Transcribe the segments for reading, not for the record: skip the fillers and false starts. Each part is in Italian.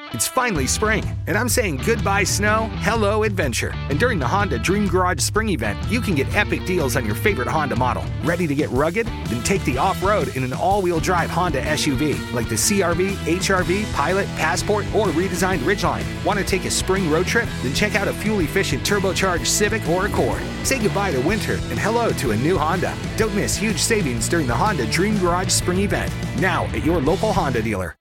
It's finally spring, and I'm saying goodbye snow, hello adventure. And during the Honda Dream Garage Spring Event, you can get epic deals on your favorite Honda model. Ready to get rugged? Then take the off-road in an all-wheel drive Honda SUV, like the CR-V, HR-V, Pilot, Passport, or redesigned Ridgeline. Want to take a spring road trip? Then check out a fuel-efficient turbocharged Civic or Accord. Say goodbye to winter and hello to a new Honda. Don't miss huge savings during the Honda Dream Garage Spring Event. Now at your local Honda dealer.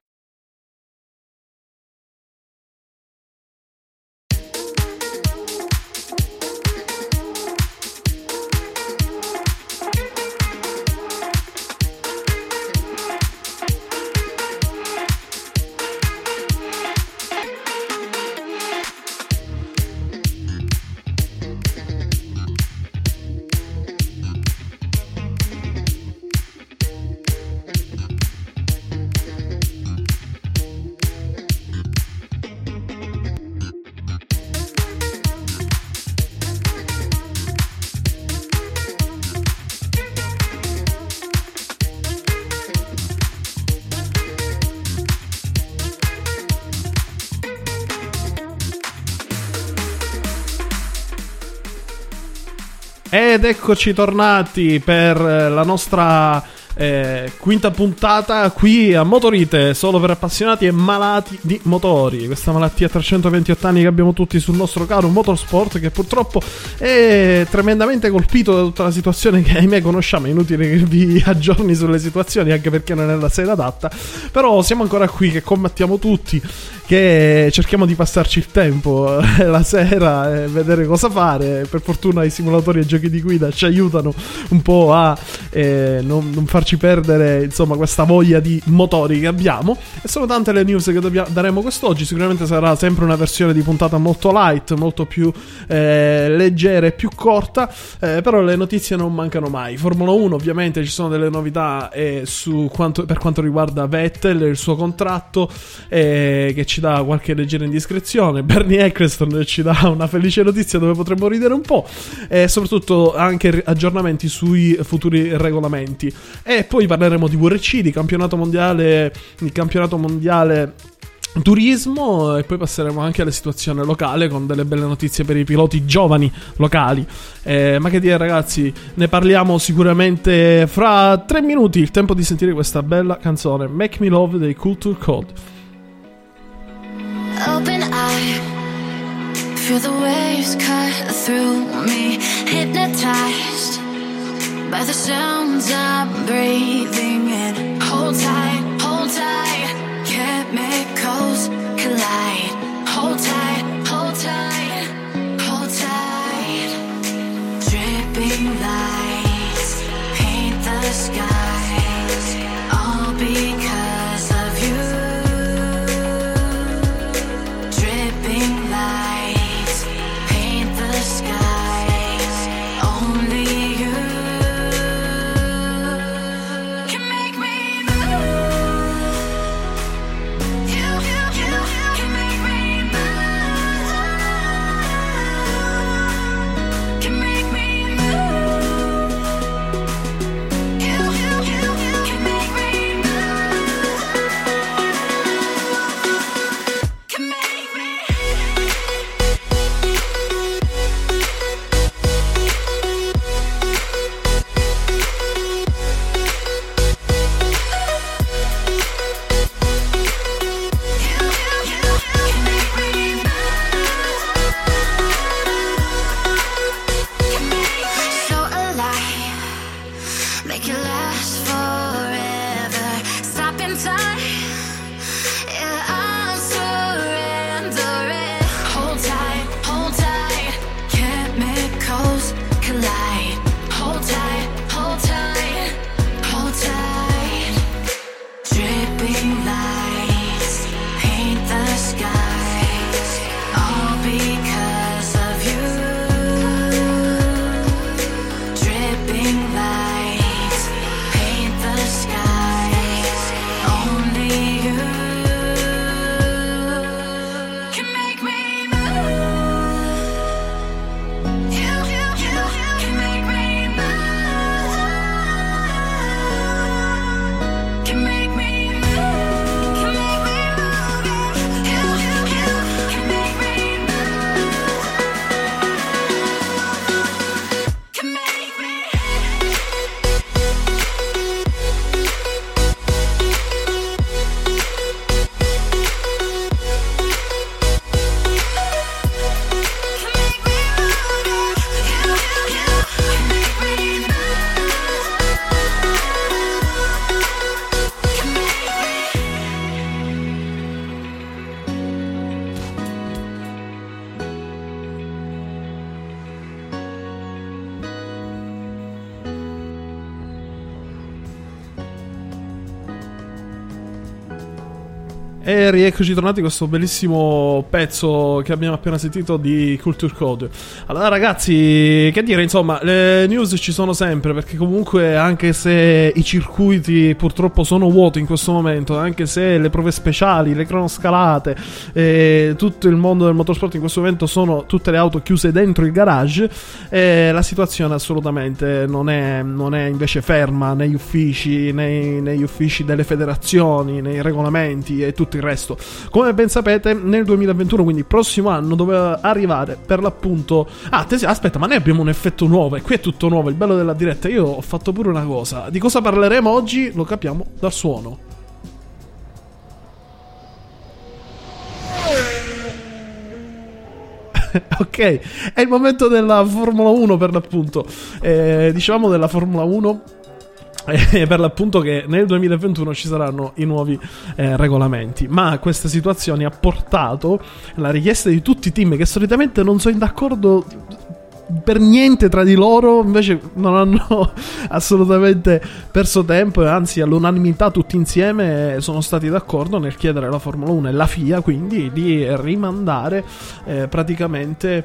Ed eccoci tornati per la nostra quinta puntata qui a Motorite, solo per appassionati e malati di motori. Questa malattia a 328 anni che abbiamo tutti sul nostro caro motorsport, che purtroppo è tremendamente colpito da tutta la situazione che ahimè conosciamo. È inutile che vi aggiorni sulle situazioni, anche perché non è la sera adatta. Però siamo ancora qui che combattiamo tutti, che cerchiamo di passarci il tempo la sera e vedere cosa fare. Per fortuna i simulatori e giochi di guida ci aiutano un po' a non farci perdere, insomma, questa voglia di motori che abbiamo. E sono tante le news che daremo quest'oggi. Sicuramente sarà sempre una versione di puntata molto light, molto più leggera e più corta, però le notizie non mancano mai. Formula 1, ovviamente ci sono delle novità per quanto riguarda Vettel e il suo contratto, che ci dà qualche leggera indiscrezione. Bernie Ecclestone ci dà una felice notizia dove potremmo ridere un po', e soprattutto anche aggiornamenti sui futuri regolamenti. E poi parleremo di WRC, di campionato mondiale, il campionato mondiale turismo, e poi passeremo anche alla situazione locale con delle belle notizie per i piloti giovani locali. Ma che dire, ragazzi, ne parliamo sicuramente fra 3 minuti. Il tempo di sentire questa bella canzone, Make Me Love dei Culture Code. Open eye, feel the waves cut through me, hypnotized by the sounds I'm breathing in. Hold tight, chemicals collide. Hold tight, hold tight, hold tight. Dripping lights paint the skies, all because of you. Dripping lights paint the skies, only you can make me move. E rieccoci tornati a questo bellissimo pezzo che abbiamo appena sentito di Culture Code. Allora ragazzi, che dire, insomma, le news ci sono sempre, perché comunque anche se i circuiti purtroppo sono vuoti in questo momento, anche se le prove speciali, le cronoscalate, tutto il mondo del motorsport in questo momento sono tutte le auto chiuse dentro il garage, la situazione assolutamente non è invece ferma negli uffici, negli uffici delle federazioni, nei regolamenti e tutto il resto. Come ben sapete, nel 2021, quindi prossimo anno, doveva arrivare per l'appunto aspetta, ma noi abbiamo un effetto nuovo e qui è tutto nuovo, il bello della diretta. Io ho fatto pure una cosa. Di cosa parleremo oggi lo capiamo dal suono. Ok, è il momento della Formula 1 per l'appunto. Dicevamo della Formula 1 per l'appunto che nel 2021 ci saranno i nuovi regolamenti, ma questa situazione ha portato la richiesta di tutti i team che solitamente non sono d'accordo per niente tra di loro, invece non hanno assolutamente perso tempo, e anzi all'unanimità tutti insieme sono stati d'accordo nel chiedere alla Formula 1 e la FIA quindi di rimandare praticamente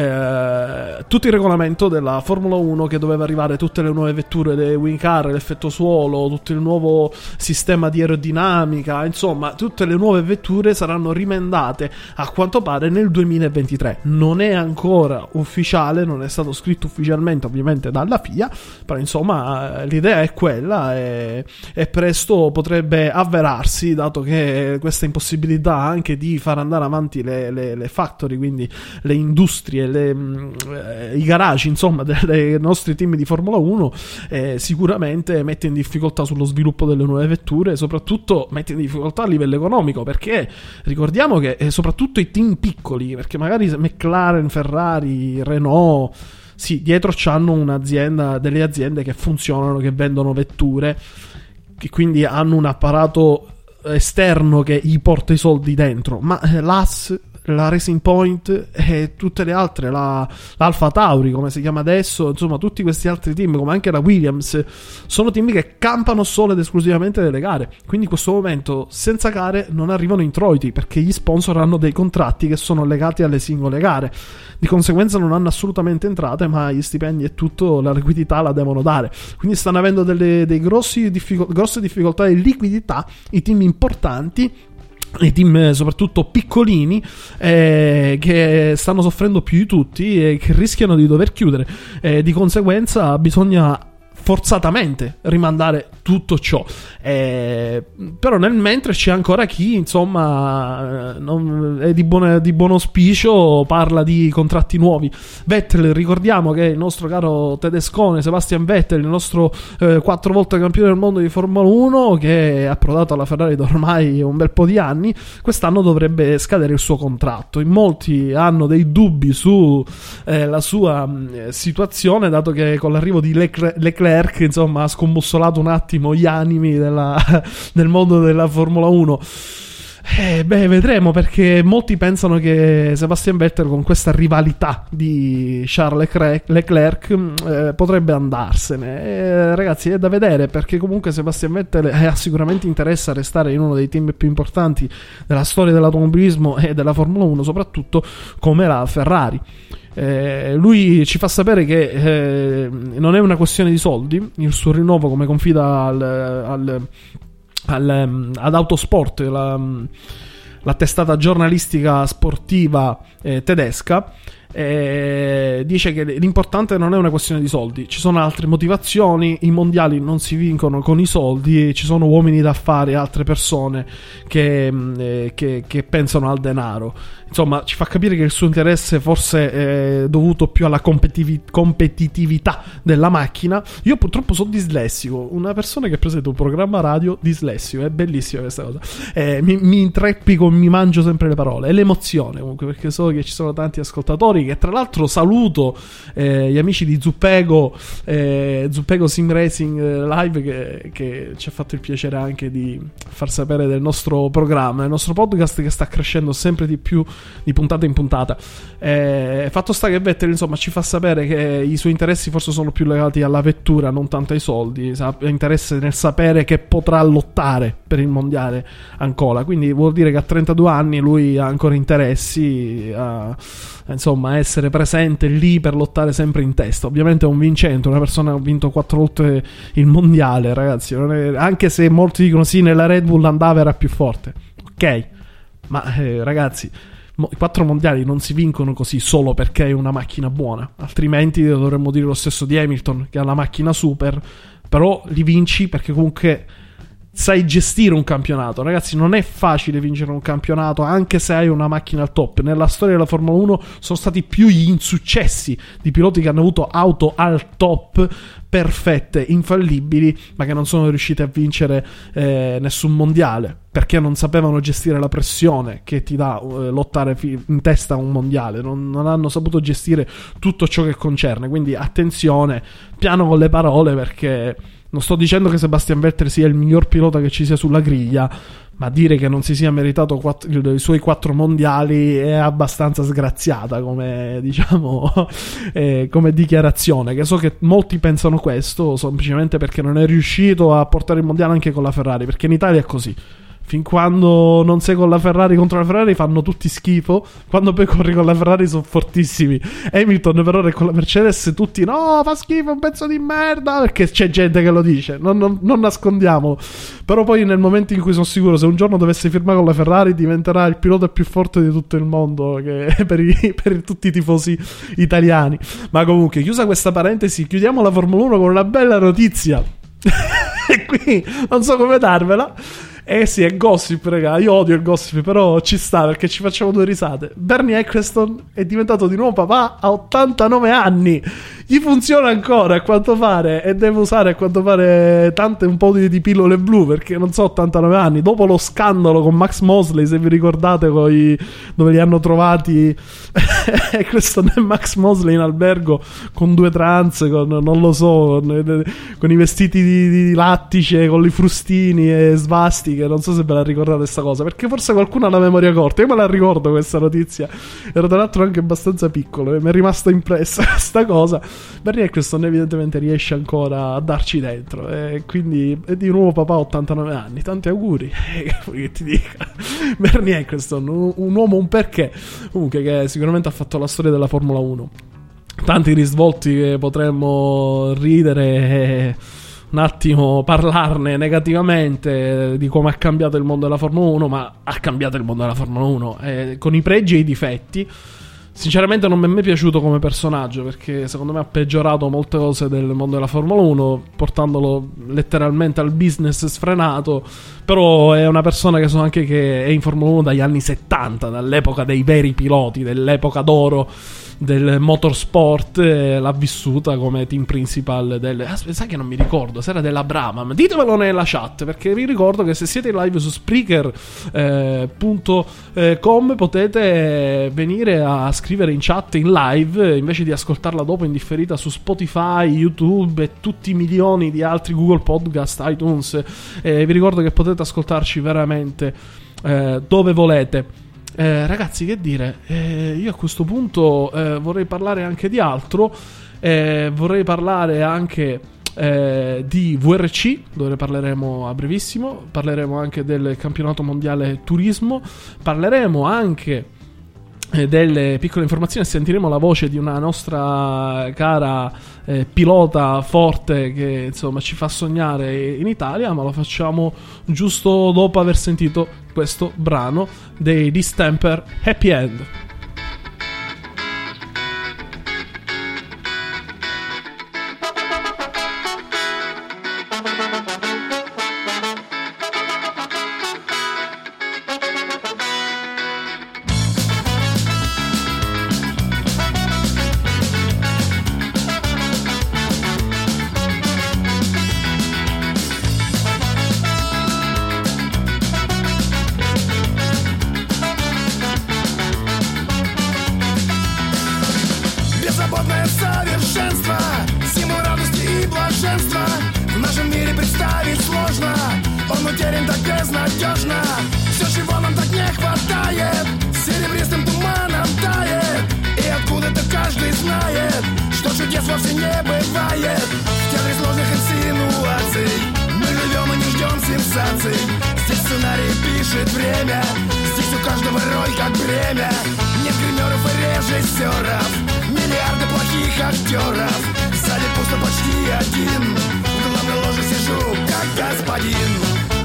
tutto il regolamento della Formula 1, che doveva arrivare tutte le nuove vetture, le wing car, l'effetto suolo, tutto il nuovo sistema di aerodinamica, insomma tutte le nuove vetture saranno rimandate a quanto pare nel 2023. Non è ancora ufficiale, non è stato scritto ufficialmente ovviamente dalla FIA, però insomma l'idea è quella, e presto potrebbe avverarsi, dato che questa impossibilità anche di far andare avanti le factory, quindi le industrie, i garage insomma dei nostri team di Formula 1, sicuramente mette in difficoltà sullo sviluppo delle nuove vetture, e soprattutto mette in difficoltà a livello economico, perché ricordiamo che soprattutto i team piccoli, perché magari McLaren, Ferrari, Renault, sì, dietro c'hanno un'azienda, delle aziende che funzionano, che vendono vetture, che quindi hanno un apparato esterno che gli porta i soldi dentro, ma l'AS, la Racing Point e tutte le altre, l'Alfa Tauri come si chiama adesso, insomma tutti questi altri team, come anche la Williams, sono team che campano solo ed esclusivamente delle gare, quindi in questo momento senza gare non arrivano introiti, perché gli sponsor hanno dei contratti che sono legati alle singole gare, di conseguenza non hanno assolutamente entrate, ma gli stipendi e tutto, la liquidità la devono dare, quindi stanno avendo delle grosse difficoltà di liquidità i team importanti, i team soprattutto piccolini, che stanno soffrendo più di tutti e che rischiano di dover chiudere, di conseguenza bisogna forzatamente rimandare tutto ciò, però nel mentre c'è ancora chi insomma è di buon auspicio, parla di contratti nuovi. Vettel, ricordiamo che il nostro caro tedescone Sebastian Vettel, il nostro 4 volte campione del mondo di Formula 1, che è approdato alla Ferrari da ormai un bel po' di anni, quest'anno dovrebbe scadere il suo contratto. In molti hanno dei dubbi su la sua situazione, dato che con l'arrivo di Leclerc insomma ha scombussolato un attimo gli animi del mondo della Formula 1. Vedremo, perché molti pensano che Sebastian Vettel, con questa rivalità di Charles Leclerc, potrebbe andarsene. Ragazzi, è da vedere, perché comunque Sebastian Vettel ha sicuramente interesse a restare in uno dei team più importanti della storia dell'automobilismo e della Formula 1, soprattutto come la Ferrari. Lui ci fa sapere che non è una questione di soldi il suo rinnovo, come confida ad Autosport, la testata giornalistica sportiva tedesca. Dice che l'importante non è una questione di soldi, ci sono altre motivazioni, i mondiali non si vincono con i soldi, ci sono uomini d'affari e altre persone che pensano al denaro. Insomma, ci fa capire che il suo interesse forse è dovuto più alla competitività della macchina. Io purtroppo sono dislessico, una persona che presenta un programma radio dislessico, è bellissima questa cosa, mi intreppico, mi mangio sempre le parole, è l'emozione comunque, perché so che ci sono tanti ascoltatori Tononi, che tra l'altro saluto, gli amici di Zuppego Sim Racing Live, che ci ha fatto il piacere anche di far sapere del nostro programma, il nostro podcast che sta crescendo sempre di più di puntata in puntata. Fatto sta che Vettel insomma ci fa sapere che i suoi interessi forse sono più legati alla vettura, non tanto ai soldi, ha interesse nel sapere che potrà lottare per il mondiale ancora, quindi vuol dire che a 32 anni lui ha ancora interessi a essere presente lì per lottare sempre in testa. Ovviamente è un vincente, una persona che ha vinto 4 volte il mondiale, ragazzi, anche se molti dicono sì, nella Red Bull andava, era più forte, ok, ma ragazzi, i 4 mondiali non si vincono così solo perché è una macchina buona, altrimenti dovremmo dire lo stesso di Hamilton, che ha la macchina super, però li vinci perché comunque sai gestire un campionato. Ragazzi, non è facile vincere un campionato anche se hai una macchina al top. Nella storia della Formula 1 sono stati più gli insuccessi di piloti che hanno avuto auto al top, perfette, infallibili, ma che non sono riusciti a vincere nessun mondiale, perché non sapevano gestire la pressione che ti dà lottare in testa a un mondiale, non hanno saputo gestire tutto ciò che concerne. Quindi attenzione, piano con le parole, perché non sto dicendo che Sebastian Vettel sia il miglior pilota che ci sia sulla griglia, ma dire che non si sia meritato i suoi 4 mondiali è abbastanza sgraziata come, diciamo, come dichiarazione, che so che molti pensano questo semplicemente perché non è riuscito a portare il mondiale anche con la Ferrari, perché in Italia è così. Fin quando non sei con la Ferrari, contro la Ferrari fanno tutti schifo, quando poi corri con la Ferrari sono fortissimi. Hamilton però è con la Mercedes, tutti no, fa schifo, è un pezzo di merda, perché c'è gente che lo dice, non nascondiamolo. Però poi nel momento in cui sono sicuro, se un giorno dovesse firmare con la Ferrari, diventerà il pilota più forte di tutto il mondo, che per tutti i tifosi italiani. Ma comunque, chiusa questa parentesi, chiudiamo la Formula 1 con una bella notizia. E qui non so come darvela. Sì, è gossip, raga. Io odio il gossip, però ci sta perché ci facciamo 2 risate. Bernie Ecclestone è diventato di nuovo papà a 89 anni. Gli funziona ancora, a quanto pare, e deve usare a quanto pare un po' di pillole blu, perché non so, 89 anni. Dopo lo scandalo con Max Mosley, se vi ricordate, dove li hanno trovati Ecclestone e Max Mosley in albergo con 2 trans, non lo so, con i vestiti di lattice, con i frustini e svasti. Che non so se ve la ricordate sta cosa, perché forse qualcuno ha la memoria corta. Io me la ricordo questa notizia, ero tra l'altro anche abbastanza piccolo e mi è rimasta impressa questa cosa. Bernie Ecclestone evidentemente riesce ancora a darci dentro, e quindi è di nuovo papà a 89 anni. Tanti auguri, che ti dica. Bernie Ecclestone, un uomo, un perché, comunque, che sicuramente ha fatto la storia della Formula 1. Tanti risvolti che potremmo ridere un attimo parlarne negativamente di come ha cambiato il mondo della Formula 1, ma ha cambiato il mondo della Formula 1 con i pregi e i difetti. Sinceramente non mi è mai piaciuto come personaggio, perché secondo me ha peggiorato molte cose del mondo della Formula 1, portandolo letteralmente al business sfrenato. Però è una persona che so anche che è in Formula 1 dagli anni 70, dall'epoca dei veri piloti, dell'epoca d'oro del motorsport, l'ha vissuta come team principal sai che non mi ricordo se era della Brabham, ditemelo nella chat, perché vi ricordo che se siete in live su Spreaker.com potete venire a scrivere in chat in live, invece di ascoltarla dopo in differita su Spotify, YouTube e tutti i milioni di altri Google Podcast, iTunes. Vi ricordo che potete ascoltarci veramente dove volete. Ragazzi, che dire, io a questo punto vorrei parlare anche di altro, vorrei parlare anche di VRC, dove parleremo a brevissimo, parleremo anche del campionato mondiale turismo, parleremo anche delle piccole informazioni, sentiremo la voce di una nostra cara pilota forte che insomma ci fa sognare in Italia, ma lo facciamo giusto dopo aver sentito questo brano dei Distemper, Happy End. безнадежно. Все, чего нам так не хватает, серебристым туманом тает. И откуда-то каждый знает, что чудес вовсе не бывает. В театре сложных инсинуаций мы живем и не ждем сенсаций. Здесь сценарий пишет время, здесь у каждого роль как бремя. Нет гримеров и режиссеров, миллиарды плохих актеров. Сзади пусто почти один, в главной ложе сижу как господин.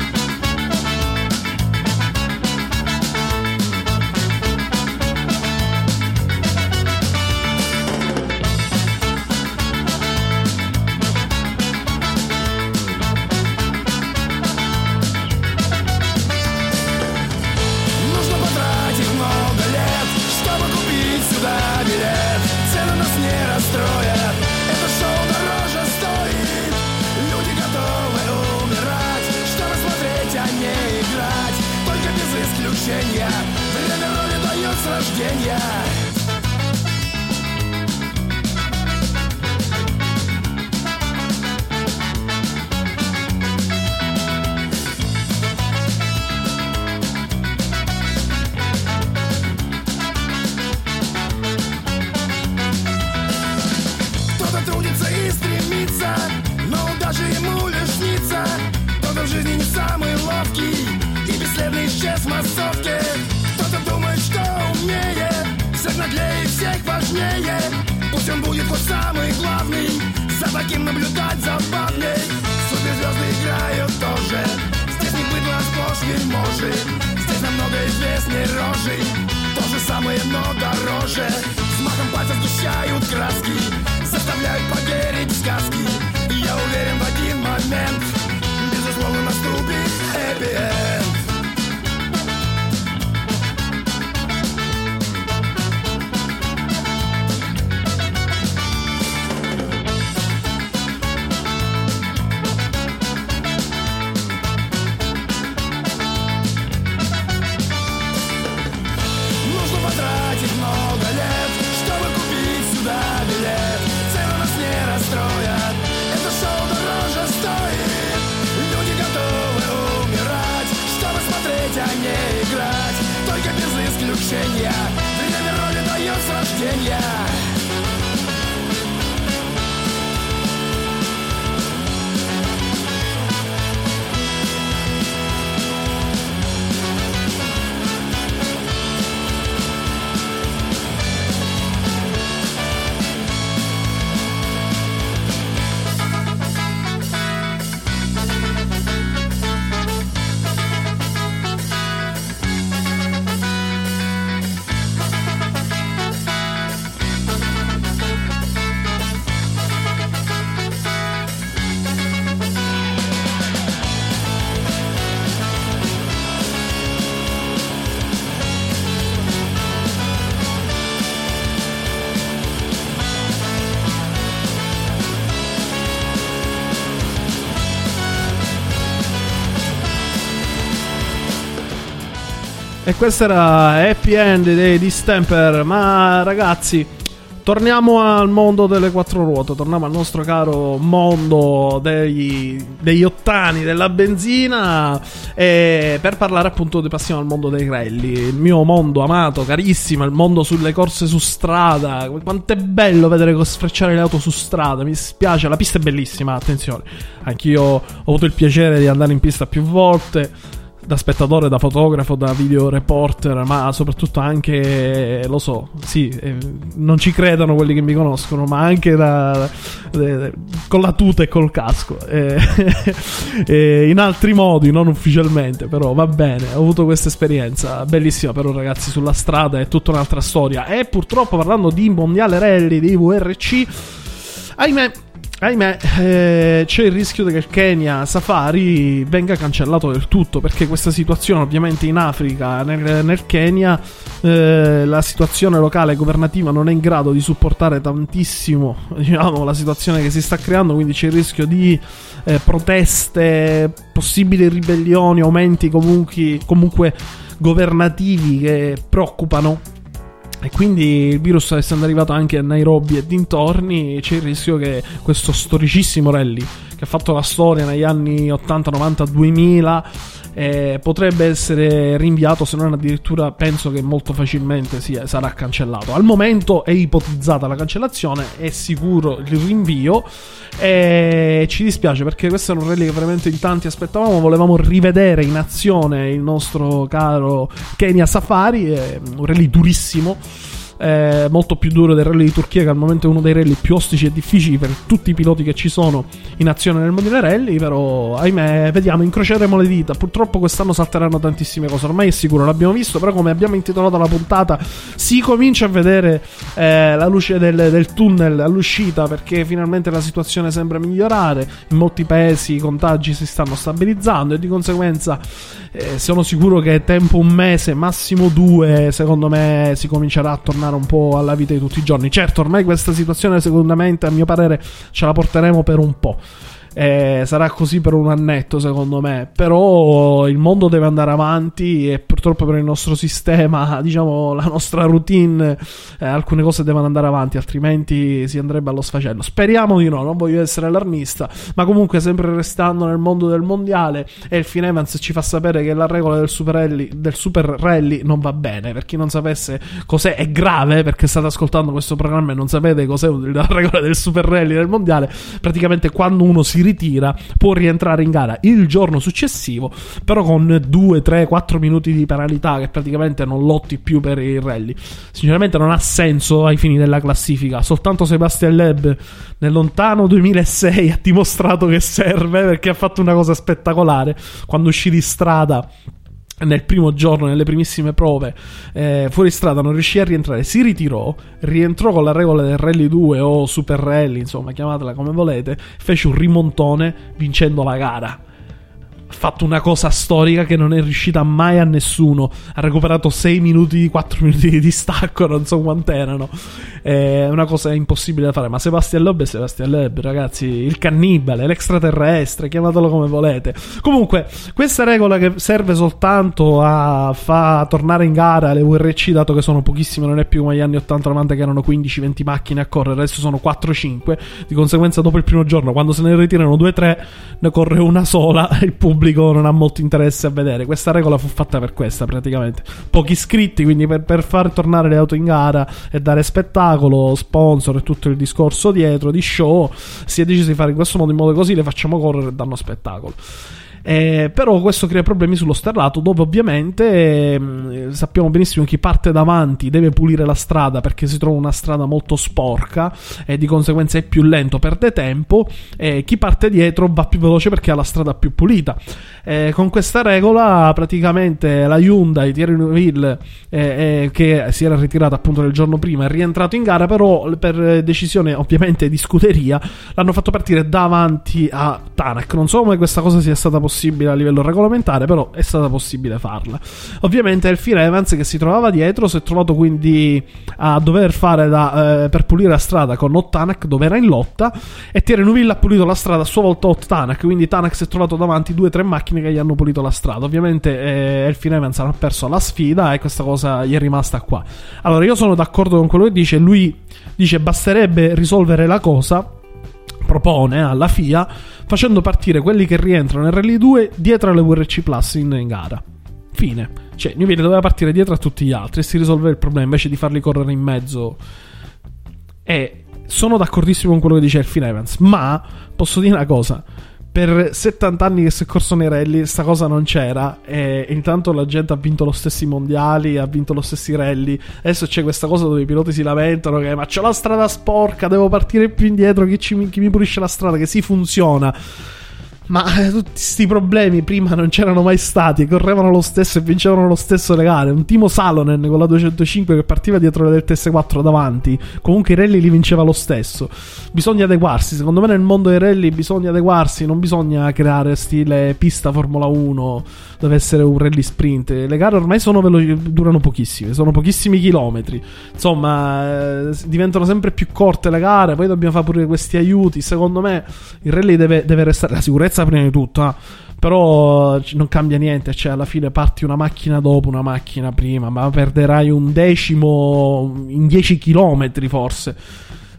Время роли дает с рождения. Кто-то трудится и стремится, но удача ему лишь снится. Кто-то в жизни не самый ловкий и бесследно исчез в массовке. Кто-то думает, что умнее, всех наглее, всех важнее. Пусть он будет хоть самый главный, за таким наблюдать забавней. Суперзвезды играют тоже, здесь не быть нас сплошь вельможи. Здесь намного известней рожи, то же самое, но дороже. Взмахом пальцев сгущают краски, заставляют поверить в сказки. И я уверен, в один момент безусловно наступит хэппи-энд. Время роли дает с рождения. E questo era Happy End dei Distemper. Ma ragazzi, torniamo al mondo delle quattro ruote, torniamo al nostro caro mondo degli ottani, della benzina, e per parlare appunto passiamo al mondo dei rally, il mio mondo amato, carissimo, il mondo sulle corse su strada. Quanto è bello vedere sfrecciare le auto su strada, mi spiace, la pista è bellissima, attenzione, anch'io ho avuto il piacere di andare in pista più volte, da spettatore, da fotografo, da video reporter, ma soprattutto anche, lo so, sì, non ci credono quelli che mi conoscono, ma anche con la tuta e col casco, in altri modi, non ufficialmente, però va bene, ho avuto questa esperienza bellissima. Però ragazzi, sulla strada è tutta un'altra storia, e purtroppo, parlando di mondiale rally, di VRC, ahimè, c'è il rischio che il Kenya Safari venga cancellato del tutto, perché questa situazione, ovviamente in Africa, nel Kenya, la situazione locale governativa non è in grado di supportare tantissimo, diciamo, la situazione che si sta creando, quindi c'è il rischio di proteste, possibili ribellioni, aumenti comunque governativi che preoccupano. E quindi il virus, essendo arrivato anche a Nairobi e dintorni, c'è il rischio che questo storicissimo rally, che ha fatto la storia negli anni 80, 90, 2000, potrebbe essere rinviato, se non addirittura penso che molto facilmente sarà cancellato. Al momento è ipotizzata la cancellazione, è sicuro il rinvio, e ci dispiace perché questo era un rally che veramente in tanti aspettavamo. Volevamo rivedere in azione il nostro caro Kenya Safari, un rally durissimo, molto più duro del rally di Turchia, che al momento è uno dei rally più ostici e difficili per tutti i piloti che ci sono in azione nel mondiale rally. Però ahimè, vediamo, incroceremo le dita. Purtroppo quest'anno salteranno tantissime cose, ormai è sicuro, l'abbiamo visto. Però come abbiamo intitolato la puntata, si comincia a vedere la luce del tunnel all'uscita, perché finalmente la situazione sembra migliorare. In molti paesi i contagi si stanno stabilizzando e di conseguenza sono sicuro che tempo un mese, massimo 2, secondo me si comincerà a tornare un po' alla vita di tutti i giorni. Certo, ormai questa situazione, secondo me, a mio parere, ce la porteremo per un po'. Sarà così per un annetto, secondo me. Però il mondo deve andare avanti e purtroppo per il nostro sistema, diciamo, la nostra routine, alcune cose devono andare avanti, altrimenti si andrebbe allo sfacelo. Speriamo di no, non voglio essere allarmista, ma comunque sempre restando nel mondo del mondiale, Elfyn Evans ci fa sapere che la regola del super rally non va bene. Per chi non sapesse cos'è, è grave, perché state ascoltando questo programma e non sapete cos'è la regola del super rally del mondiale. Praticamente quando uno si ritira può rientrare in gara il giorno successivo, però con 2, 3, 4 minuti di penalità, che praticamente non lotti più per il rally. Sinceramente non ha senso ai fini della classifica. Soltanto Sebastian Loeb nel lontano 2006 ha dimostrato che serve, perché ha fatto una cosa spettacolare quando uscì di strada nel primo giorno, nelle primissime prove, fuori strada non riuscì a rientrare, si rientrò con la regola del Rally 2 o Super Rally, insomma chiamatela come volete, fece un rimontone vincendo la gara. Ha fatto una cosa storica che non è riuscita mai a nessuno. Ha recuperato 6 minuti, 4 minuti di distacco, non so quant'erano. È una cosa impossibile da fare. Ma Sebastian Loeb è Sebastian Loeb, ragazzi. Il cannibale, l'extraterrestre, chiamatelo come volete. Comunque, questa regola che serve soltanto a far tornare in gara le VRC, dato che sono pochissime, non è più come gli anni 80-90 che erano 15-20 macchine a correre, adesso sono 4-5. Di conseguenza, dopo il primo giorno, quando se ne ritirano 2-3, ne corre una sola e il pubblico non ha molto interesse a vedere. Questa regola fu fatta per questa, praticamente. Pochi iscritti, quindi per far tornare le auto in gara e dare spettacolo, sponsor e tutto il discorso dietro di show, si è deciso di fare in questo modo, in modo così le facciamo correre e danno spettacolo. Però questo crea problemi sullo sterrato, dove ovviamente sappiamo benissimo chi parte davanti deve pulire la strada, perché si trova una strada molto sporca e di conseguenza è più lento, perde tempo, e chi parte dietro va più veloce perché ha la strada più pulita. Con questa regola praticamente la Hyundai Thierry Neuville, che si era ritirata appunto il giorno prima, è rientrato in gara, però per decisione ovviamente di scuderia l'hanno fatto partire davanti a Tanak. Non so come questa cosa sia stata possibile a livello regolamentare, però è stata possibile farla. Ovviamente Elfyn Evans, che si trovava dietro, si è trovato quindi a dover fare per pulire la strada con Ott Tanak, dove era in lotta, e Thierry Neuville ha pulito la strada a sua volta Ott Tanak, quindi Tanak si è trovato davanti 2-3 macchine che gli hanno pulito la strada. Ovviamente Elfyn Evans ha perso la sfida e questa cosa gli è rimasta qua. Allora io sono d'accordo con quello che dice. Lui dice basterebbe risolvere la cosa, propone alla FIA, facendo partire quelli che rientrano nel Rally 2 dietro alle VRC Plus in gara. Fine. Cioè Neuville doveva partire dietro a tutti gli altri e si risolveva il problema, invece di farli correre in mezzo. E sono d'accordissimo con quello che dice Elfyn Evans, ma posso dire una cosa: per 70 anni che si è corso nei rally sta cosa non c'era, e intanto la gente ha vinto lo stessi mondiali, ha vinto lo stessi rally. Adesso c'è questa cosa dove i piloti si lamentano che ma c'ho la strada sporca, devo partire più indietro, chi mi pulisce la strada, che si funziona. Ma tutti sti problemi prima non c'erano mai stati, correvano lo stesso e vincevano lo stesso le gare. Un Timo Salonen con la 205 che partiva dietro le del TS4 davanti, comunque i rally li vinceva lo stesso. Bisogna adeguarsi, secondo me nel mondo dei rally bisogna adeguarsi, non bisogna creare stile pista Formula 1, deve essere un rally sprint. Le gare ormai durano pochissime, sono pochissimi chilometri, insomma diventano sempre più corte le gare, poi dobbiamo fare pure questi aiuti. Secondo me il rally deve restare la sicurezza prima di tutto, però non cambia niente, cioè alla fine parti una macchina dopo una macchina prima, ma perderai un decimo in 10 chilometri forse.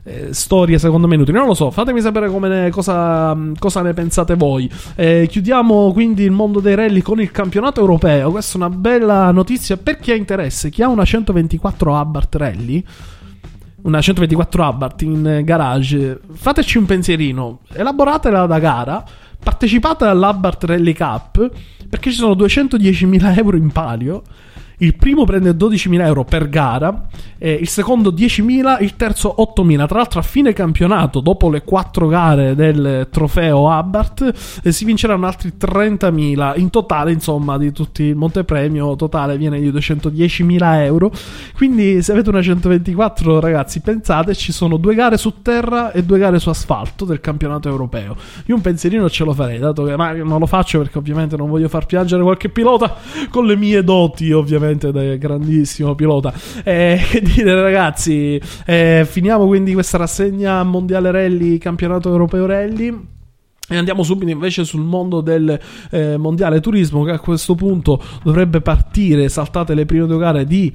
storie secondo me inutili. Non lo so, fatemi sapere cosa ne pensate voi. Chiudiamo quindi il mondo dei rally con il campionato europeo. Questa è una bella notizia per chi ha interesse. Chi ha una 124 Abarth Rally, una 124 Abarth in garage, fateci un pensierino, elaboratela da gara, partecipate all'Abarth Rally Cup, perché ci sono 210.000 euro in palio. Il primo prende 12.000 euro per gara, il secondo 10.000, il terzo 8.000. Tra l'altro a fine campionato, dopo le 4 gare del trofeo Abarth, si vinceranno altri 30.000. In totale, insomma, di tutti il montepremio totale viene di 210.000 euro. Quindi se avete una 124, ragazzi, pensate, ci sono 2 gare su terra e 2 gare su asfalto del campionato europeo. Io un pensierino ce lo farei, dato che non lo faccio perché ovviamente non voglio far piangere qualche pilota con le mie doti, ovviamente, da grandissimo pilota. Che dire, ragazzi, finiamo quindi questa rassegna mondiale rally, campionato europeo rally, e andiamo subito invece sul mondo del mondiale turismo, che a questo punto dovrebbe partire, saltate le prime 2 gare di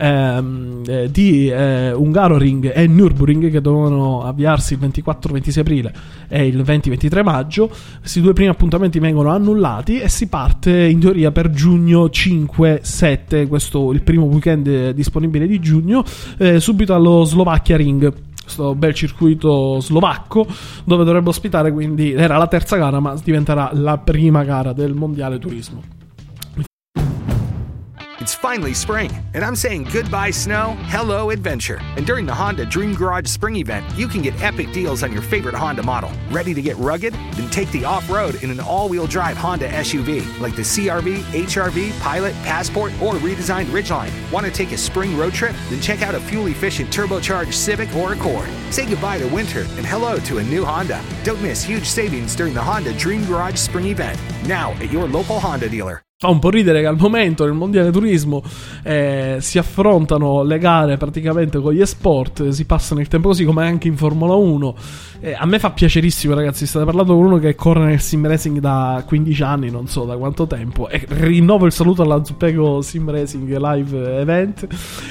Hungaroring e Nürburgring, che dovevano avviarsi il 24-26 aprile e il 20-23 maggio. Questi 2 primi appuntamenti vengono annullati e si parte in teoria per giugno 5-7, questo il primo weekend disponibile di giugno, subito allo Slovacchia Ring, questo bel circuito slovacco, dove dovrebbe ospitare, quindi era la terza gara ma diventerà la prima gara del mondiale turismo. It's finally spring, and I'm saying goodbye snow, hello adventure. And during the Honda Dream Garage Spring Event, you can get epic deals on your favorite Honda model. Ready to get rugged? Then take the off-road in an all-wheel drive Honda SUV, like the CR-V, HR-V, Pilot, Passport, or redesigned Ridgeline. Want to take a spring road trip? Then check out a fuel-efficient turbocharged Civic or Accord. Say goodbye to winter and hello to a new Honda. Don't miss huge savings during the Honda Dream Garage Spring Event, now at your local Honda dealer. Fa un po' ridere che al momento nel mondiale turismo si affrontano le gare praticamente con gli esport, si passano il tempo così, come anche in Formula 1. A me fa piacerissimo, ragazzi. State parlando con uno che corre nel sim racing da 15 anni, non so da quanto tempo, e rinnovo il saluto alla Zuppego Sim Racing Live Event,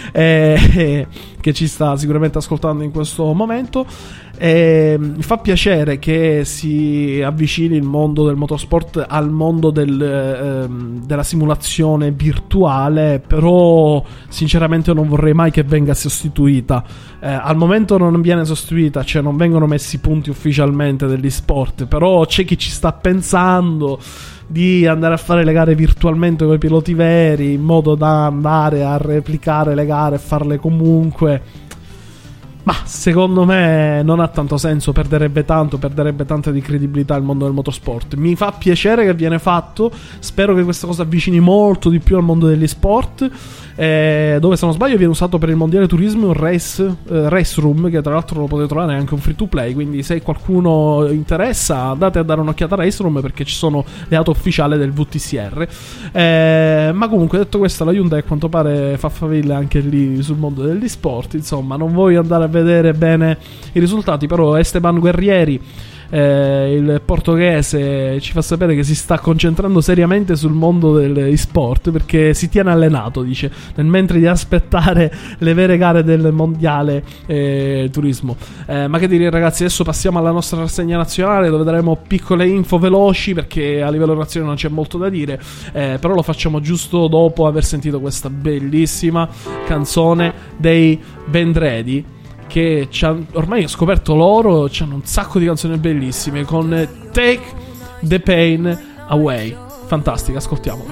che ci sta sicuramente ascoltando in questo momento. Mi fa piacere che si avvicini il mondo del motorsport al mondo della simulazione virtuale, però sinceramente non vorrei mai che venga sostituita. Al momento non viene sostituita, cioè non vengono messi punti ufficialmente degli sport, però c'è chi ci sta pensando di andare a fare le gare virtualmente con i piloti veri, in modo da andare a replicare le gare e farle comunque. Ma secondo me non ha tanto senso, perderebbe tanta di credibilità il mondo del motorsport. Mi fa piacere che viene fatto, spero che questa cosa avvicini molto di più al mondo degli sport, dove se non sbaglio viene usato per il mondiale turismo un race room, che tra l'altro lo potete trovare anche un free to play, quindi se qualcuno interessa andate a dare un'occhiata a Race Room, perché ci sono le auto ufficiali del VTCR. Ma comunque, detto questo, la Hyundai a quanto pare fa faville anche lì sul mondo degli sport. Insomma, non voglio andare a vedere bene i risultati, però Esteban Guerrieri, il portoghese, ci fa sapere che si sta concentrando seriamente sul mondo degli sport, perché si tiene allenato, dice, mentre di aspettare le vere gare del mondiale turismo. Ma che dire, ragazzi, adesso passiamo alla nostra rassegna nazionale, dove daremo piccole info veloci, perché a livello nazionale non c'è molto da dire, però lo facciamo giusto dopo aver sentito questa bellissima canzone dei Vendredi, che ormai ho scoperto loro, c'hanno un sacco di canzoni bellissime, con Take the Pain Away. Fantastica, ascoltiamola.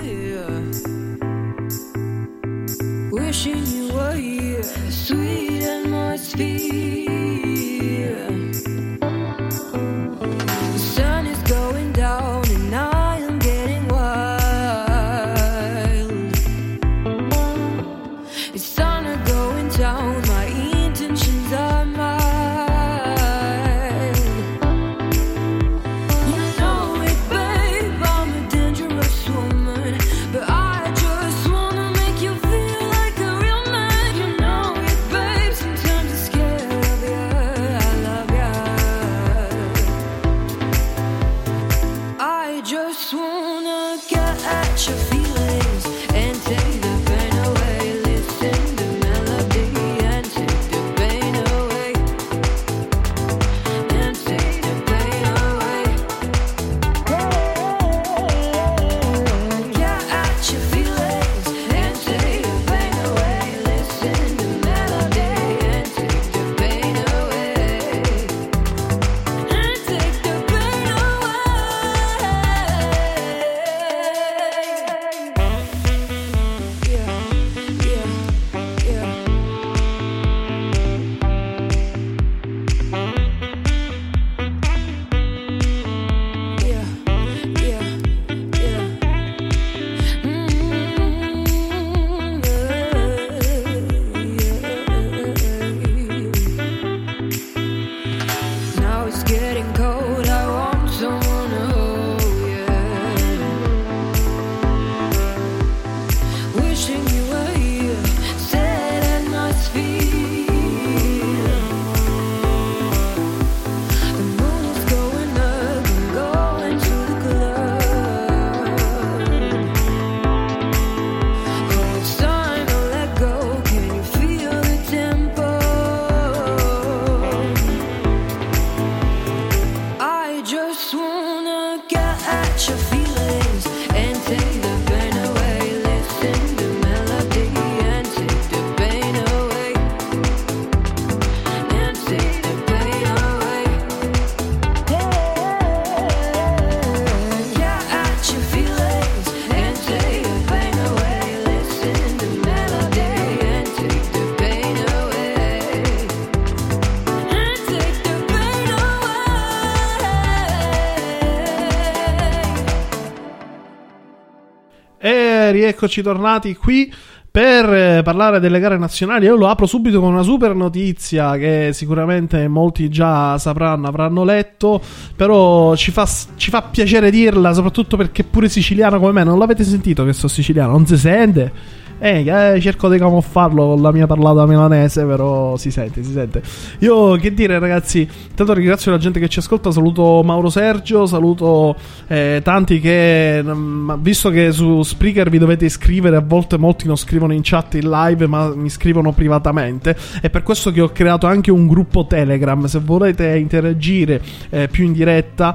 Wishing you were here, sweet atmosphere. The sun is going down and I am getting wild. It's thunder going down, my intentions are mild. You know it, babe, I'm a dangerous woman, but I just wanna make you feel like a real man. You know it, babe, sometimes I'm scared of you. rieccoci tornati qui per parlare delle gare nazionali. Io lo apro subito con una super notizia che sicuramente molti già sapranno, avranno letto, però ci fa piacere dirla, soprattutto perché pure siciliano come me. Non l'avete sentito che sono siciliano? Non si sente? Cerco di camuffarlo con la mia parlata milanese, però si sente. Io che dire, ragazzi, intanto ringrazio la gente che ci ascolta. Saluto Mauro Sergio, saluto tanti che, visto che su Spreaker vi dovete iscrivere, a volte molti non scrivono in chat in live ma mi scrivono privatamente, è per questo che ho creato anche un gruppo Telegram. Se volete interagire più in diretta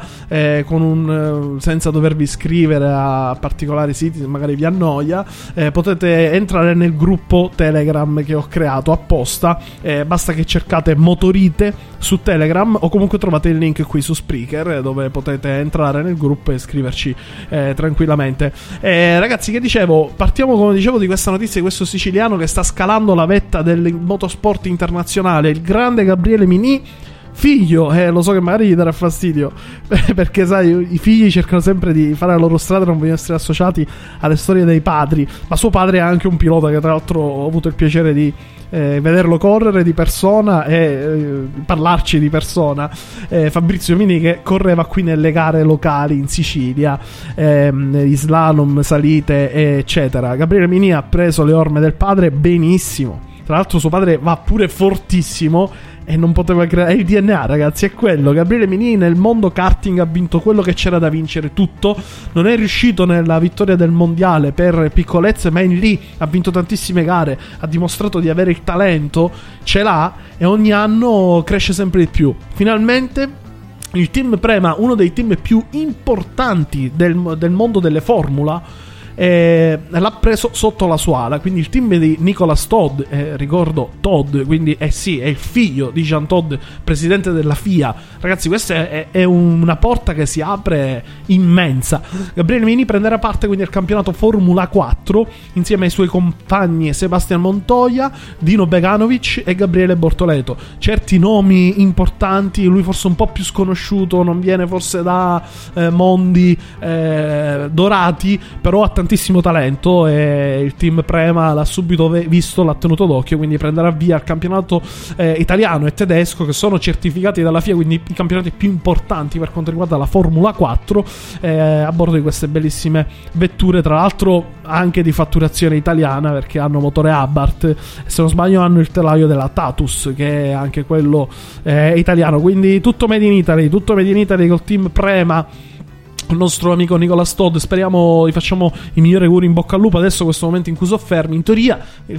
con senza dovervi iscrivere a particolari siti, magari vi annoia, potete entrare nel gruppo Telegram che ho creato apposta. Basta che cercate Motorite su Telegram, o comunque trovate il link qui su Spreaker, dove potete entrare nel gruppo e scriverci tranquillamente. Ragazzi, che dicevo, partiamo, come dicevo, di questa notizia di questo siciliano che sta scalando la vetta del motorsport internazionale, il grande Gabriele Mini, figlio, lo so che magari gli darà fastidio perché sai, i figli cercano sempre di fare la loro strada e non vogliono essere associati alle storie dei padri, ma suo padre è anche un pilota che tra l'altro ho avuto il piacere di vederlo correre di persona e parlarci di persona. Fabrizio Mini, che correva qui nelle gare locali in Sicilia, slalom, salite eccetera. Gabriele Mini ha preso le orme del padre benissimo, tra l'altro suo padre va pure fortissimo e non poteva creare. È il DNA, ragazzi, è quello. Gabriele Mini nel mondo karting ha vinto quello che c'era da vincere, tutto. Non è riuscito nella vittoria del mondiale per piccolezze, ma è lì, ha vinto tantissime gare, ha dimostrato di avere il talento, ce l'ha, e ogni anno cresce sempre di più. Finalmente il team Prema, uno dei team più importanti del mondo delle formula, l'ha preso sotto la sua ala. Quindi il team di Nicolas Todd, ricordo Todd, quindi sì, è il figlio di Jean Todd, presidente della FIA. Ragazzi, questa è una porta che si apre immensa. Gabriele Mini prenderà parte quindi al campionato Formula 4 insieme ai suoi compagni Sebastian Montoya, Dino Beganovic e Gabriele Bortoleto. Certi nomi importanti, lui forse un po' più sconosciuto, non viene forse da mondi dorati, però ha tantissimo talento e il team Prema l'ha subito visto, l'ha tenuto d'occhio, quindi prenderà via il campionato italiano e tedesco, che sono certificati dalla FIA, quindi i campionati più importanti per quanto riguarda la Formula 4, a bordo di queste bellissime vetture, tra l'altro anche di fatturazione italiana, perché hanno motore Abarth, se non sbaglio hanno il telaio della Tatus, che è anche quello italiano, quindi tutto made in Italy col team Prema, il nostro amico Nicolas Todd. Speriamo, gli facciamo i migliori auguri, in bocca al lupo. Adesso questo momento in cui soffermi, in teoria il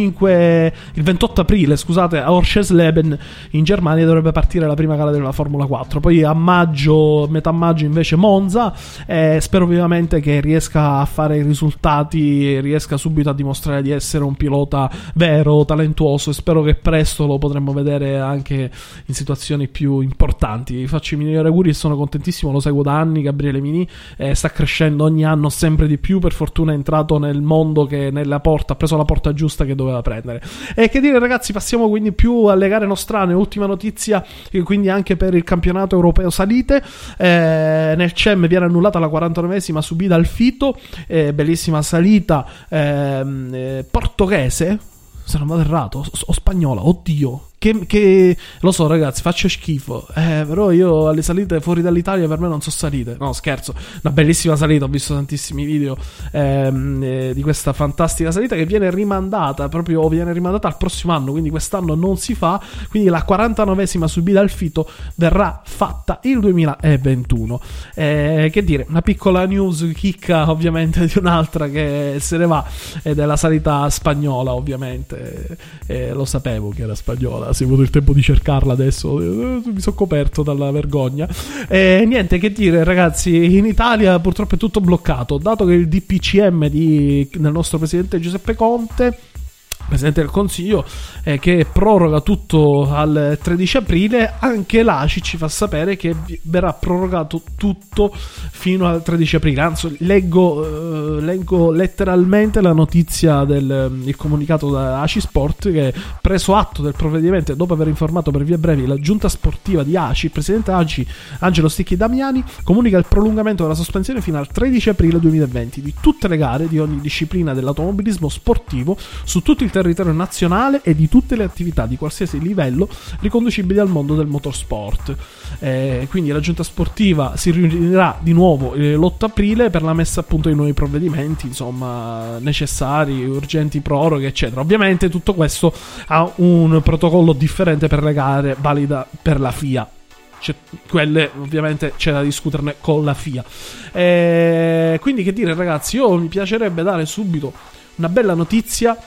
28 aprile, scusate, a Orchesleben in Germania dovrebbe partire la prima gara della Formula 4, poi a maggio, metà maggio invece Monza. Spero vivamente che riesca a fare i risultati, riesca subito a dimostrare di essere un pilota vero, talentuoso, e spero che presto lo potremo vedere anche in situazioni più importanti. Vi faccio i migliori auguri e sono contentissimo, lo seguo da anni. Gabriele Mini sta crescendo ogni anno sempre di più, per fortuna è entrato nel mondo che nella porta, ha preso la porta giusta che doveva prendere. E che dire, ragazzi, passiamo quindi più alle gare nostrane. Ultima notizia, quindi anche per il campionato europeo salite, nel CEM viene annullata la 49esima subita al Fito, bellissima salita portoghese, se non vado errato, o spagnola, oddio, che lo so, ragazzi, faccio schifo, però io alle salite fuori dall'Italia per me non so salite, no, scherzo. Una bellissima salita, ho visto tantissimi video di questa fantastica salita, che viene rimandata al prossimo anno, quindi quest'anno non si fa, quindi la 49esima subita al Fito verrà fatta il 2021. Che dire, una piccola news chicca ovviamente di un'altra che se ne va, ed è la salita spagnola, ovviamente, lo sapevo che era spagnola, se ho avuto il tempo di cercarla adesso, mi sono coperto dalla vergogna. Niente, che dire, ragazzi, in Italia purtroppo è tutto bloccato, dato che il DPCM del nostro presidente Giuseppe Conte Presidente del Consiglio, che proroga tutto al 13 aprile. Anche l'ACI ci fa sapere che verrà prorogato tutto fino al 13 aprile. Anzi, leggo letteralmente la notizia il comunicato da ACI Sport, che preso atto del provvedimento e dopo aver informato per vie brevi la giunta sportiva di ACI, il presidente ACI Angelo Sticchi Damiani comunica il prolungamento della sospensione fino al 13 aprile 2020 di tutte le gare di ogni disciplina dell'automobilismo sportivo su tutto il territorio nazionale e di tutte le attività di qualsiasi livello riconducibili al mondo del motorsport. Quindi la giunta sportiva si riunirà di nuovo l'8 aprile per la messa a punto di nuovi provvedimenti, insomma, necessari, urgenti proroghe, eccetera. Ovviamente tutto questo ha un protocollo differente per le gare, valida per la FIA. Quelle ovviamente c'è da discuterne con la FIA. Quindi, che dire, ragazzi, mi piacerebbe dare subito una bella notizia,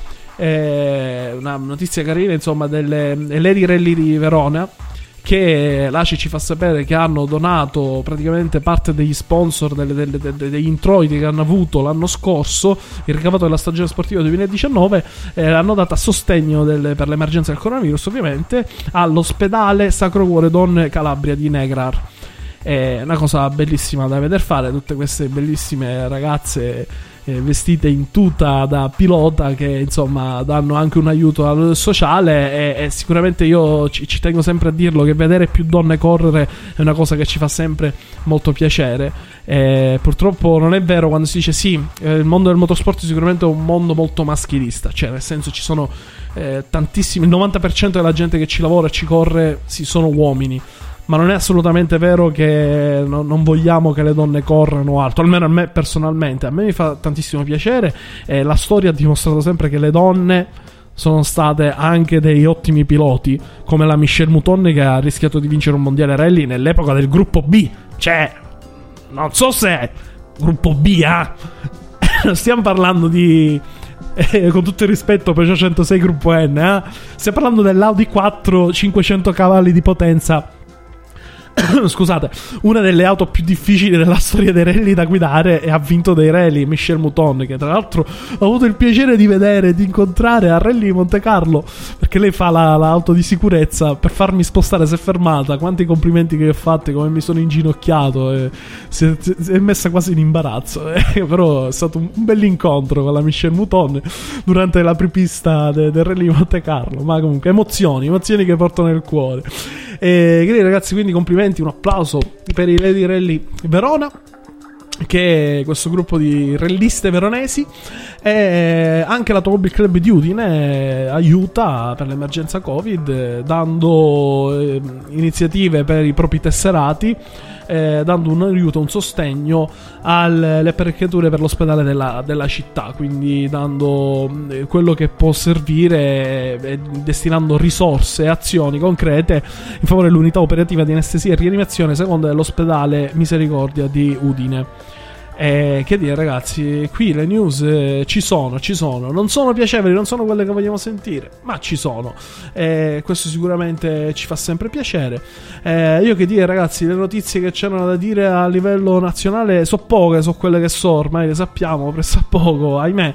una notizia carina, insomma, delle Lady Rally di Verona, che l'ACI ci fa sapere che hanno donato praticamente parte degli sponsor, degli introiti che hanno avuto l'anno scorso, il ricavato della stagione sportiva 2019, l'hanno data a sostegno per l'emergenza del coronavirus, ovviamente, all'ospedale Sacro Cuore Donne Calabria di Negrar. È una cosa bellissima da vedere fare, tutte queste bellissime ragazze vestite in tuta da pilota, che insomma danno anche un aiuto al sociale, e sicuramente io ci tengo sempre a dirlo, che vedere più donne correre è una cosa che ci fa sempre molto piacere. Purtroppo non è vero quando si dice sì, il mondo del motorsport sicuramente è un mondo molto maschilista, cioè nel senso ci sono tantissimi, il 90% della gente che ci lavora e ci corre sono uomini. Ma non è assolutamente vero che non vogliamo che le donne corrano o altro. Almeno a me personalmente, a me mi fa tantissimo piacere. La storia ha dimostrato sempre che le donne sono state anche dei ottimi piloti, come la Michelle Mouton, che ha rischiato di vincere un mondiale rally nell'epoca del gruppo B. Cioè, non so se gruppo B, non stiamo parlando di... con tutto il rispetto, Peugeot 106 gruppo N, stiamo parlando dell'Audi 4 500 cavalli di potenza. Scusate, una delle auto più difficili della storia dei rally da guidare, e ha vinto dei rally, Michelle Mouton, che tra l'altro ho avuto il piacere di vedere, di incontrare al rally di Monte Carlo, perché lei fa l'auto di sicurezza. Per farmi spostare si è fermata, quanti complimenti che ho fatto, come mi sono inginocchiato, si è messa quasi in imbarazzo, però è stato un bell'incontro con la Michelle Mouton durante la prepista del rally di Monte Carlo. Ma comunque emozioni che portano nel cuore. Ragazzi, quindi complimenti, un applauso per i Lady Rally Verona, che è questo gruppo di ralliste veronesi. E anche l'Automobile Club di Udine aiuta per l'emergenza Covid, dando iniziative per i propri tesserati, dando un aiuto, un sostegno alle apparecchiature per l'ospedale della città, quindi dando quello che può servire, destinando risorse e azioni concrete in favore dell'unità operativa di anestesia e rianimazione seconda dell'ospedale Misericordia di Udine. Che dire, ragazzi, qui le news ci sono, non sono piacevoli, non sono quelle che vogliamo sentire, ma ci sono, questo sicuramente ci fa sempre piacere. Io che dire, ragazzi, le notizie che c'erano da dire a livello nazionale sono poche, sono quelle che so, ormai le sappiamo, presso a poco, ahimè.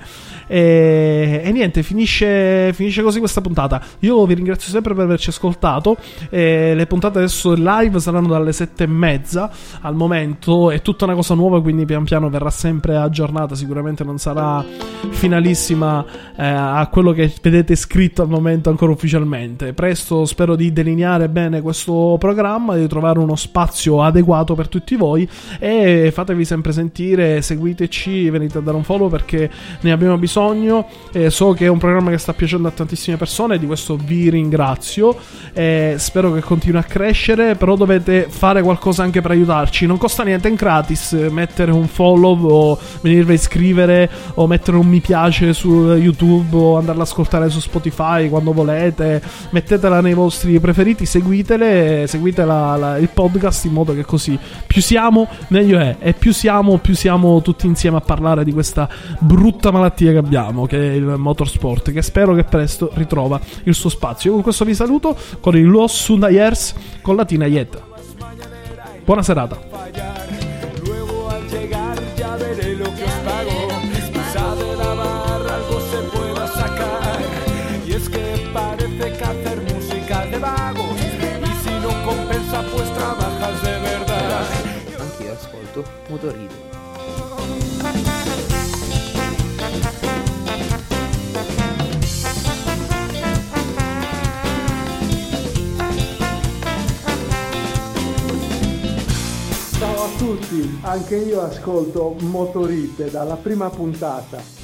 E niente, finisce così questa puntata. Io vi ringrazio sempre per averci ascoltato. Le puntate adesso live saranno dalle 7:30 al momento, è tutta una cosa nuova, quindi pian piano verrà sempre aggiornata. Sicuramente non sarà finalissima a quello che vedete scritto al momento ancora ufficialmente. Presto spero di delineare bene questo programma, di trovare uno spazio adeguato per tutti voi, e fatevi sempre sentire, seguiteci, venite a dare un follow perché ne abbiamo bisogno. So che è un programma che sta piacendo a tantissime persone, di questo vi ringrazio, spero che continui a crescere, però dovete fare qualcosa anche per aiutarci. Non costa niente, è gratis mettere un follow o venirvi a iscrivere o mettere un mi piace su YouTube o andarla ad ascoltare su Spotify quando volete. Mettetela nei vostri preferiti, seguite il podcast, in modo che così più siamo meglio è, e più siamo tutti insieme a parlare di questa brutta malattia che abbiamo, che è il motorsport, che spero che presto ritrova il suo spazio. Io con questo vi saluto con il Los Sundayers con Latina Yet. Buona serata. Luego al llegar ya veré lo que os pago. Quizá de la barra algo se pueda sacar. Motorite. Ciao a tutti, anche io ascolto Motorite dalla prima puntata.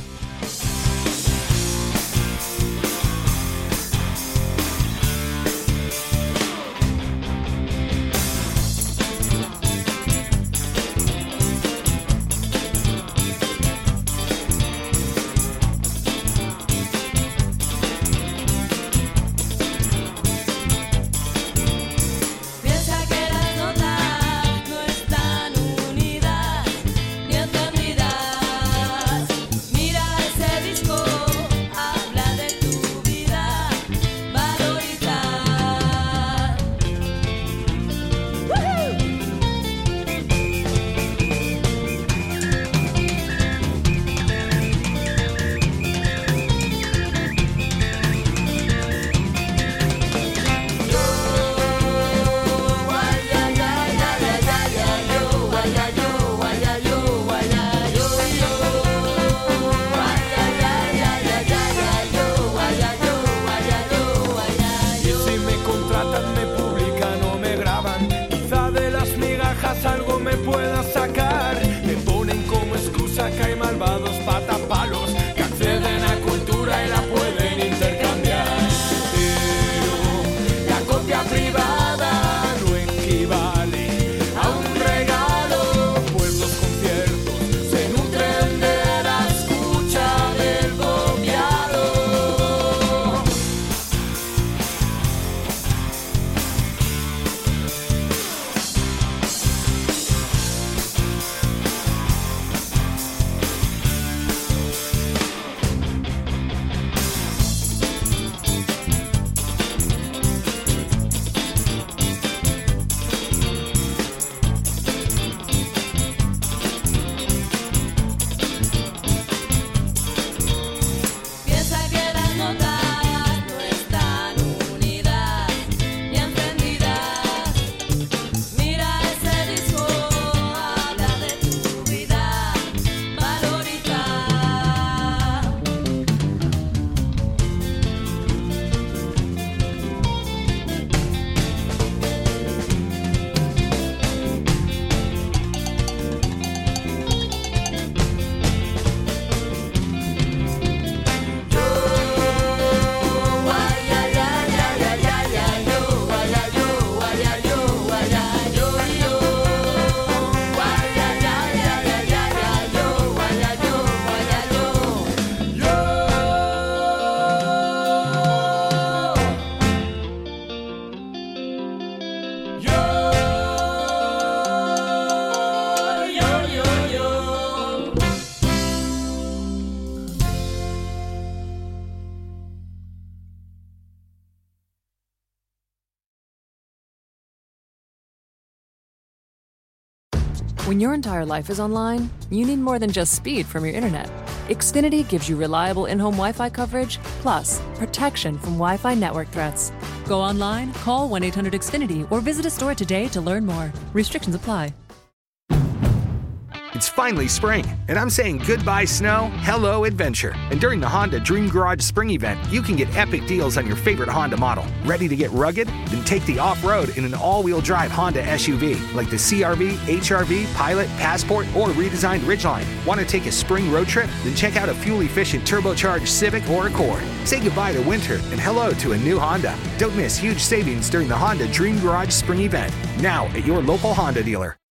When your entire life is online, you need more than just speed from your internet. Xfinity gives you reliable in-home Wi-Fi coverage, plus protection from Wi-Fi network threats. Go online, call 1-800-XFINITY, or visit a store today to learn more. Restrictions apply. It's finally spring, and I'm saying goodbye snow, hello adventure. And during the Honda Dream Garage Spring Event, you can get epic deals on your favorite Honda model. Ready to get rugged? Then take the off-road in an all-wheel drive Honda SUV, like the CR-V, HR-V, Pilot, Passport, or redesigned Ridgeline. Want to take a spring road trip? Then check out a fuel-efficient turbocharged Civic or Accord. Say goodbye to winter and hello to a new Honda. Don't miss huge savings during the Honda Dream Garage Spring Event, now at your local Honda dealer.